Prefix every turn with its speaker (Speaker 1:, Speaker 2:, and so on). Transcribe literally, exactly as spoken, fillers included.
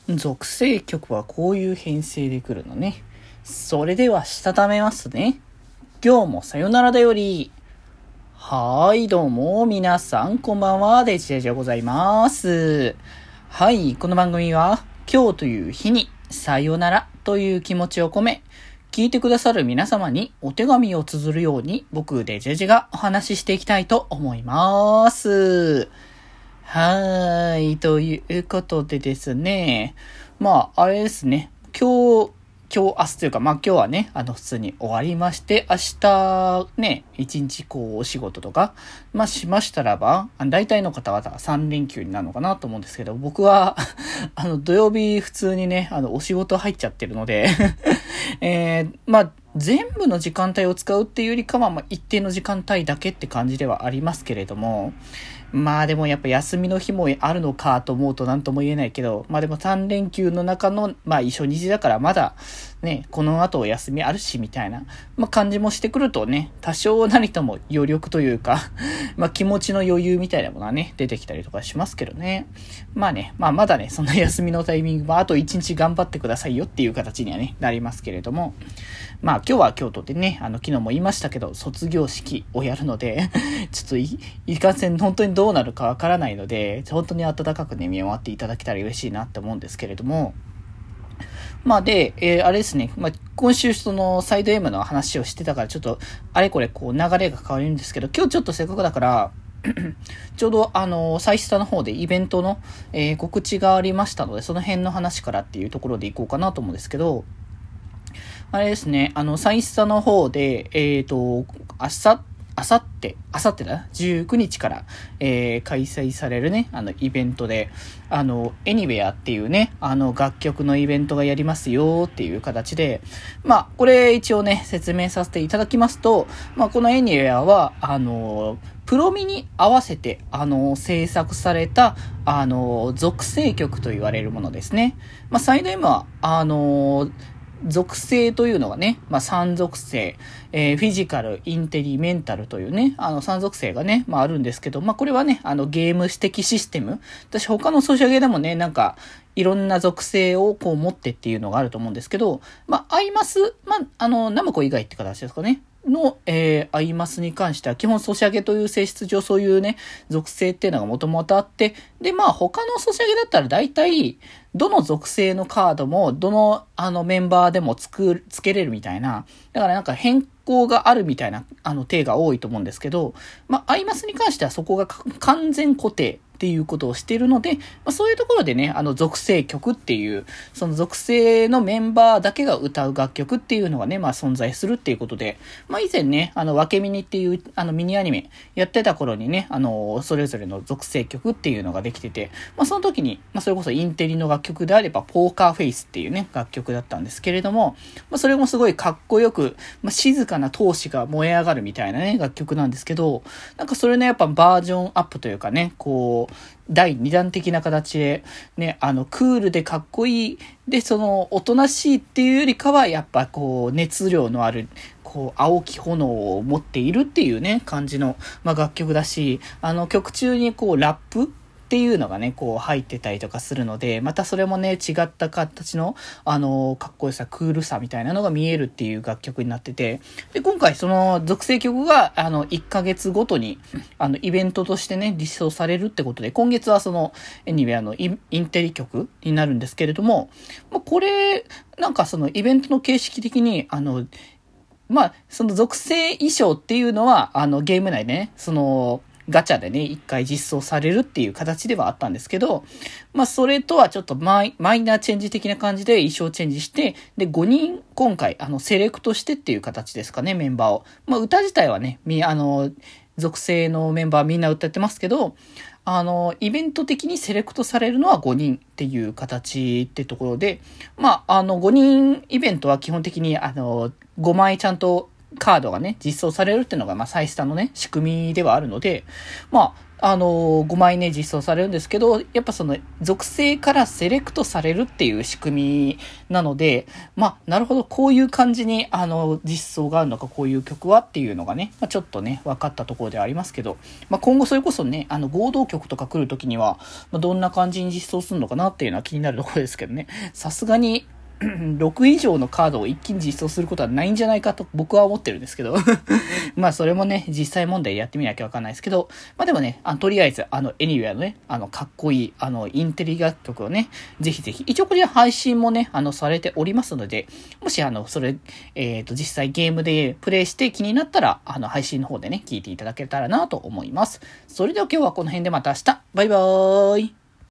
Speaker 1: 属性曲はこういう編成で来るのね。それではしたためますね。今日もさよならだより。はーい、どうも、皆さん、こんばんは、デジェジでございます。はい、この番組は、今日という日に、さよならという気持ちを込め、聞いてくださる皆様にお手紙を綴るように、僕、デジェジがお話ししていきたいと思います。はーい、ということでですね、まあ、あれですね、今日、今日、明日というか、まあ今日はね、あの普通に終わりまして、明日ね、一日こうお仕事とか、まあしましたらば、大体の方々はさん連休になるのかなと思うんですけど、僕は、あの土曜日普通にね、あのお仕事入っちゃってるので、えー、まあ全部の時間帯を使うっていうよりかは、まあ一定の時間帯だけって感じではありますけれども、まあでもやっぱ休みの日もあるのかと思うと何とも言えないけど、まあでもさん連休の中の、まあ初日だからまだね、この後お休みあるしみたいな、まあ感じもしてくるとね、多少何とも余力というか、まあ気持ちの余裕みたいなものはね、出てきたりとかしますけどね。まあね、まあまだね、そんな休みのタイミングはあといちにち頑張ってくださいよっていう形にはね、なりますけれども、まあ今日は京都でね、あの昨日も言いましたけど、卒業式をやるので、ちょっとい、いかんせん本当にどうなるかわからないので、本当に温かくね、見守っていただけたら嬉しいなって思うんですけれども、まあで、えー、あれですね、まあ今週そのサイド M の話をしてたからちょっとあれこれこう流れが変わるんですけど、今日ちょっとせっかくだから、ちょうどあの、サイスタの方でイベントの、えー、告知がありましたので、その辺の話からっていうところでいこうかなと思うんですけど、あれですね、あの、サイスタの方で、えっと、明日、あさって、あさってだな、じゅうくにちから、えー、開催されるね、あの、イベントで、あの、Anywhere っていうね、あの、楽曲のイベントがやりますよっていう形で、まあ、これ一応ね、説明させていただきますと、まあ、この Anywhere は、あの、プロミに合わせて、あの、制作された、あの、属性曲と言われるものですね。まあ、サイド M は、あの、属性というのがね、まあ、さん属性、えー、フィジカル、インテリ、メンタルというね、あのさん属性がね、まああるんですけど、まあこれはね、あのゲーム的システム。私他のソシャゲでもね、なんか、いろんな属性をこう持ってっていうのがあると思うんですけど、まあ、アイマス、まあ、あの、ナムコ以外って形ですかね。の、えー、アイマスに関しては、基本ソシャゲという性質上そういうね、属性っていうのがもともとあって、で、まあ他のソシャゲだったら大体、どの属性のカードも、どの、あのメンバーでもつく、つけれるみたいな、だからなんか変更があるみたいな、あの、体が多いと思うんですけど、まあ、アイマスに関してはそこが完全固定っていうことをしているので、まあ、そういうところでね、あの、属性曲っていう、その属性のメンバーだけが歌う楽曲っていうのがね、まあ、存在するっていうことで、まあ、以前ね、あの、分けミニっていう、あの、ミニアニメやってた頃にね、あの、それぞれの属性曲っていうのができてて、まあ、その時に、まあ、それこそインテリの楽曲であれば、ポーカーフェイスっていうね、楽曲だったんですけれども、まあ、それもすごいかっこよく、まあ、静かな闘志が燃え上がるみたいなね、楽曲なんですけど、なんかそれのやっぱバージョンアップというかね、こう、だいにだん的な形で、ね、あの、クールでかっこいい、で、その、おとなしいっていうよりかは、やっぱこう、熱量のある、こう、青き炎を持っているっていうね、感じの、まあ、楽曲だし、あの、曲中にこう、ラップっていうのがね、こう入ってたりとかするので、またそれもね、違った形の、あの、かっこよさ、クールさみたいなのが見えるっていう楽曲になってて、で、今回その属性曲が、あの、いっかげつごとに、あの、イベントとしてね、実装されるってことで、今月はその、エニウェアのイン、インテリ曲になるんですけれども、まあ、これ、なんかそのイベントの形式的に、あの、まあ、その属性衣装っていうのは、あの、ゲーム内でね、その、ガチャでね、一回実装されるっていう形ではあったんですけど、まあ、それとはちょっとマイ、マイナーチェンジ的な感じで衣装チェンジして、で、ごにん今回、あの、セレクトしてっていう形ですかね、メンバーを。まあ、歌自体はね、み、あの、属性のメンバーみんな歌ってますけど、あの、イベント的にセレクトされるのはごにんっていう形ってところで、まあ、あの、ごにんイベントは基本的に、あの、ごまいちゃんとカードがね、実装されるっていうのが、まあ、サイスタのね、仕組みではあるので、まあ、 あの、ごまいね、実装されるんですけど、やっぱその、属性からセレクトされるっていう仕組みなので、まあ、なるほど、こういう感じに、あの、実装があるのか、こういう曲はっていうのがね、まあ、ちょっとね、分かったところではありますけど、まあ、今後それこそね、あの、合同曲とか来るときには、まあ、どんな感じに実装するのかなっていうのは気になるところですけどね、さすがに、ろく以上のカードを一気に実装することはないんじゃないかと僕は思ってるんですけどまあそれもね、実際問題でやってみなきゃわかんないですけど、まあでもね、あのとりあえず、あの、エニウェアのね、あの、かっこいい、あの、インテリ楽曲をね、ぜひぜひ、一応これは配信もね、あの、されておりますので、もしあの、それ、えっと、実際ゲームでプレイして気になったら、あの、配信の方でね、聞いていただけたらなと思います。それでは今日はこの辺でまた明日、バイバーイ。